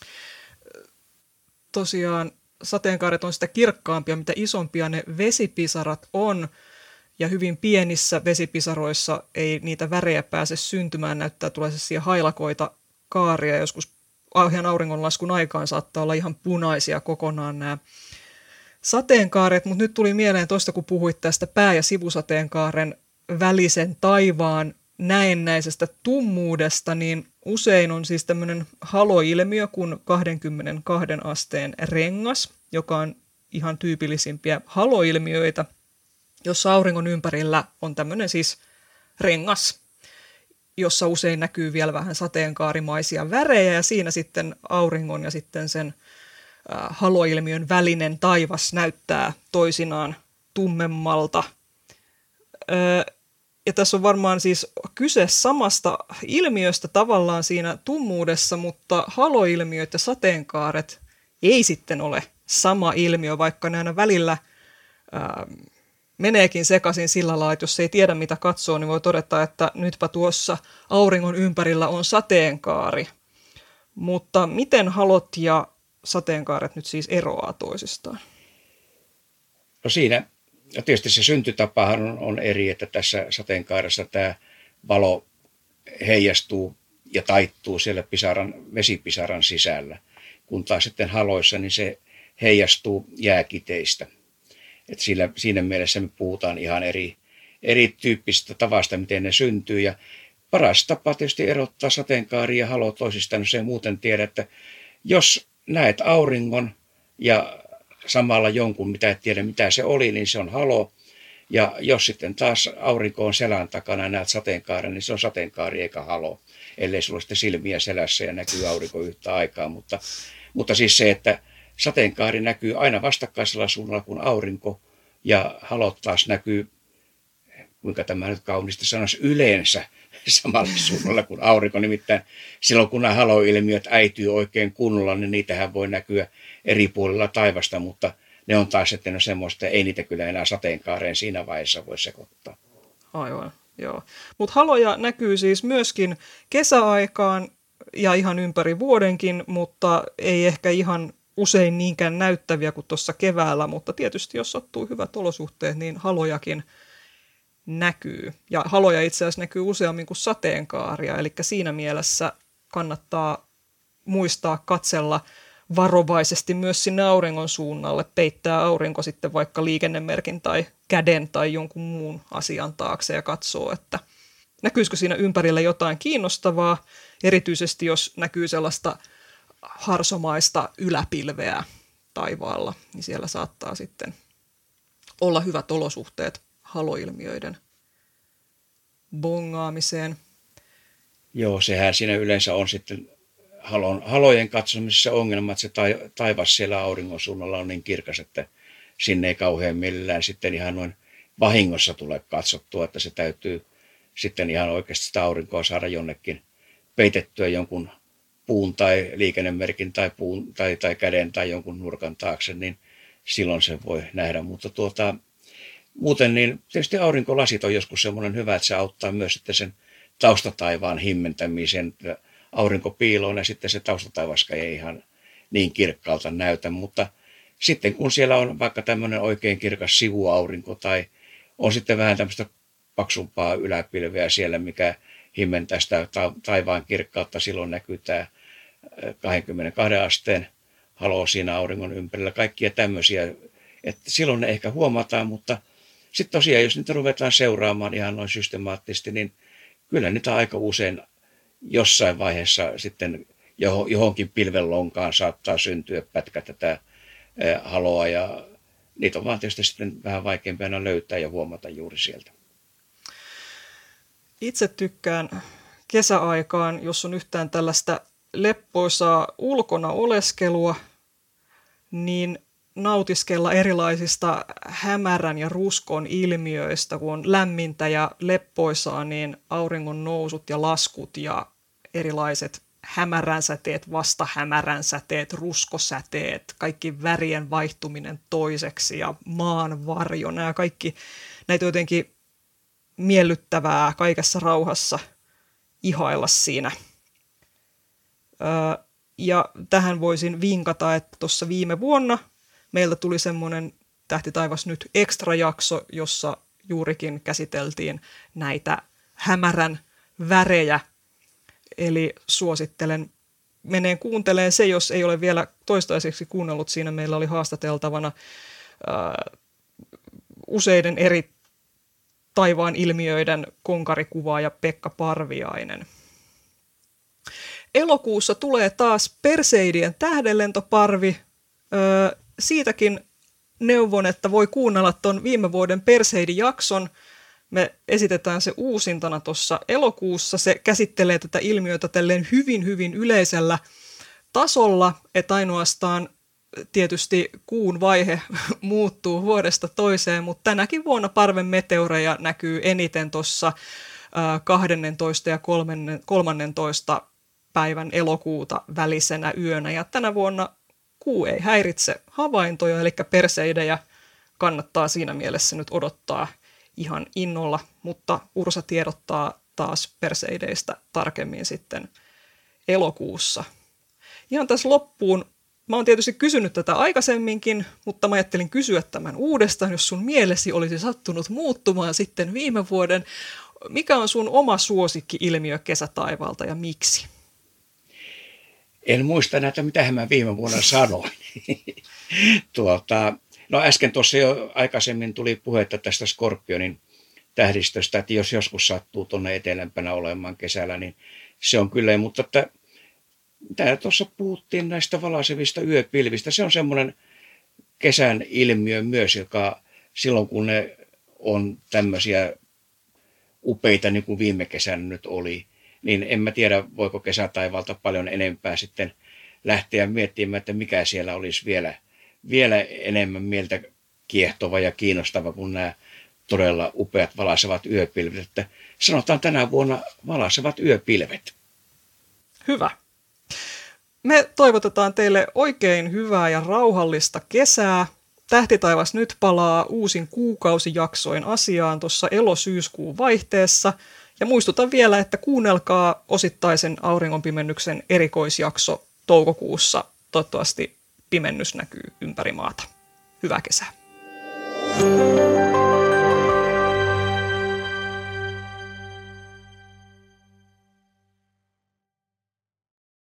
Tosiaan sateenkaaret on sitä kirkkaampia, mitä isompia ne vesipisarat on, ja hyvin pienissä vesipisaroissa ei niitä värejä pääse syntymään, näyttää tulee sellaisia hailakoita kaaria, joskus ihan auringonlaskun aikaan saattaa olla ihan punaisia kokonaan nämä sateenkaaret, mutta nyt tuli mieleen tuosta, kun puhuit tästä pää- ja sivusateenkaaren välisen taivaan näennäisestä tummuudesta, niin usein on siis tämmöinen haloilmiö kuin kaksikymmentäkaksi asteen rengas, joka on ihan tyypillisimpiä haloilmiöitä, jossa auringon ympärillä on tämmöinen siis rengas, jossa usein näkyy vielä vähän sateenkaarimaisia värejä, ja siinä sitten auringon ja sitten sen äh, haloilmiön välinen taivas näyttää toisinaan tummemmalta. Öö, ja tässä on varmaan siis kyse samasta ilmiöstä tavallaan siinä tummuudessa, mutta haloilmiöt ja sateenkaaret ei sitten ole sama ilmiö, vaikka ne aina välillä ää, meneekin sekaisin sillä lailla, että jos ei tiedä mitä katsoo, niin voi todeta, että nytpä tuossa auringon ympärillä on sateenkaari. Mutta miten halot ja sateenkaaret nyt siis eroaa toisistaan? No siinä, ja tietysti se syntytapahan on, on eri, että tässä sateenkaaressa tämä valo heijastuu ja taittuu siellä pisaran, vesipisaran sisällä, kun taas sitten haloissa niin se heijastuu jääkiteistä. Et siinä, siinä mielessä me puhutaan ihan eri, erityyppisestä tavasta, miten ne syntyy. Ja paras tapa tietysti erottaa sateenkaari ja halo toisistaan, jos ei muuten tiedä, että jos näet auringon ja samalla jonkun, mitä et tiedä mitä se oli, niin se on halo. Ja jos sitten taas aurinko on selän takana ja näet sateenkaaren, niin se on sateenkaari eikä halo. Ellei sulla sitten silmiä selässä ja näkyy aurinko yhtä aikaa. Mutta, mutta siis se, että sateenkaari näkyy aina vastakkaisella suunnalla kuin aurinko ja halot taas näkyy, kuinka tämä nyt kauniisti sanoisi, yleensä samalla suunnalla kuin aurinko. Nimittäin silloin kun nämä haloilmiöt äityy oikein kunnolla, niin niitähän voi näkyä eri puolilla taivasta, mutta ne on taas sitten semmoista, että ei niitä kyllä enää sateenkaareen siinä vaiheessa voi sekoittaa. Aivan, joo. Mutta haloja näkyy siis myöskin kesäaikaan ja ihan ympäri vuodenkin, mutta ei ehkä ihan usein niinkään näyttäviä kuin tuossa keväällä, mutta tietysti jos sattuu hyvät olosuhteet, niin halojakin näkyy. Ja haloja itse asiassa näkyy useammin kuin sateenkaaria, eli siinä mielessä kannattaa muistaa katsella varovaisesti myös sinne auringon suunnalle, peittää aurinko sitten vaikka liikennemerkin tai käden tai jonkun muun asian taakse ja katsoo, että näkyisikö siinä ympärillä jotain kiinnostavaa, erityisesti jos näkyy sellaista harsomaista yläpilveä taivaalla, niin siellä saattaa sitten olla hyvät olosuhteet haloilmiöiden bongaamiseen. Joo, sehän siinä yleensä on sitten halon, halojen katsomisessa ongelma, että se taivas siellä auringon suunnalla on niin kirkas, että sinne ei kauhean millään sitten ihan noin vahingossa tule katsottua, että se täytyy sitten ihan oikeasti sitä aurinkoa saada jonnekin peitettyä jonkun puun tai liikennemerkin tai, puun, tai, tai käden tai jonkun nurkan taakse, niin silloin se voi nähdä. Mutta tuota, muuten niin tietysti aurinkolasit on joskus semmoinen hyvä, että se auttaa myös sitten sen taustataivaan himmentämisen. Aurinko piiloon ja sitten se taustataivaska ei ihan niin kirkkaalta näytä, mutta sitten kun siellä on vaikka tämmöinen oikein kirkas sivuaurinko tai on sitten vähän tämmöistä paksumpaa yläpilveä siellä, mikä himmentää sitä taivaan kirkkautta, silloin näkyy tämä kaksikymmentäkaksi asteen halo siinä auringon ympärillä, kaikkia tämmöisiä, että silloin ne ehkä huomataan, mutta sitten tosiaan, jos niitä ruvetaan seuraamaan ihan noin systemaattisesti, niin kyllä niitä aika usein jossain vaiheessa sitten johonkin pilvenlonkaan saattaa syntyä pätkä tätä haloa ja niitä on vaan tietysti sitten vähän vaikeampana löytää ja huomata juuri sieltä. Itse tykkään kesäaikaan, jos on yhtään tällaista leppoisaa ulkona oleskelua, niin nautiskella erilaisista hämärän ja ruskon ilmiöistä, kun on lämmintä ja leppoisaa, niin auringon nousut ja laskut ja erilaiset hämärän säteet, vastahämärän säteet, ruskosäteet, kaikki värien vaihtuminen toiseksi ja maan varjo, nämä kaikki, näitä jotenkin miellyttävää kaikessa rauhassa ihailla siinä. Öö, ja tähän voisin vinkata, että tuossa viime vuonna meiltä tuli semmoinen Tähti taivas nyt extra-jakso, jossa juurikin käsiteltiin näitä hämärän värejä. Eli suosittelen meneen kuuntelemaan se, jos ei ole vielä toistaiseksi kuunnellut. Siinä meillä oli haastateltavana ää, useiden eri taivaan ilmiöiden konkarikuvaaja Pekka Parviainen. Elokuussa tulee taas Perseidien tähdenlentoparvi. Öö, siitäkin neuvon, että voi kuunnella tuon viime vuoden Perseidi-jakson. Me esitetään se uusintana tuossa elokuussa. Se käsittelee tätä ilmiötä tälleen hyvin, hyvin yleisellä tasolla, että ainoastaan tietysti kuun vaihe muuttuu vuodesta toiseen, mutta tänäkin vuonna parven meteoreja näkyy eniten tuossa kahdennentoista ja kolmannentoista päivän elokuuta välisenä yönä. Ja tänä vuonna kuu ei häiritse havaintoja, eli perseidejä kannattaa siinä mielessä nyt odottaa ihan innolla, mutta Ursa tiedottaa taas perseideistä tarkemmin sitten elokuussa. Ihan tässä loppuun, mä oon tietysti kysynyt tätä aikaisemminkin, mutta mä ajattelin kysyä tämän uudestaan, jos sun mielesi olisi sattunut muuttumaan sitten viime vuoden. Mikä on sun oma suosikki-ilmiö kesätaivaalta ja miksi? En muista näitä, mitä mä viime vuonna sanoin. tuota, no äsken tuossa jo aikaisemmin tuli puhetta tästä Skorpionin tähdistöstä, että jos joskus sattuu tuonne etelämpänä olemaan kesällä, niin se on kyllä, mutta että täällä tuossa puhuttiin näistä valaisevista yöpilvistä. Se on semmoinen kesän ilmiö myös, joka silloin kun ne on tämmöisiä upeita, niin kuin viime kesänä nyt oli, niin en mä tiedä, voiko kesätaivalta paljon enempää sitten lähteä miettimään, että mikä siellä olisi vielä, vielä enemmän mieltä kiehtova ja kiinnostava kuin nämä todella upeat valaisevat yöpilvet. Että sanotaan tänä vuonna valaisevat yöpilvet. Hyvä. Me toivotetaan teille oikein hyvää ja rauhallista kesää. Tähtitaivas nyt palaa uusin kuukausijaksoin asiaan tuossa elo-syyskuun vaihteessa. Ja muistutan vielä, että kuunnelkaa osittaisen auringonpimennyksen erikoisjakso toukokuussa. Toivottavasti pimennys näkyy ympäri maata. Hyvää kesää.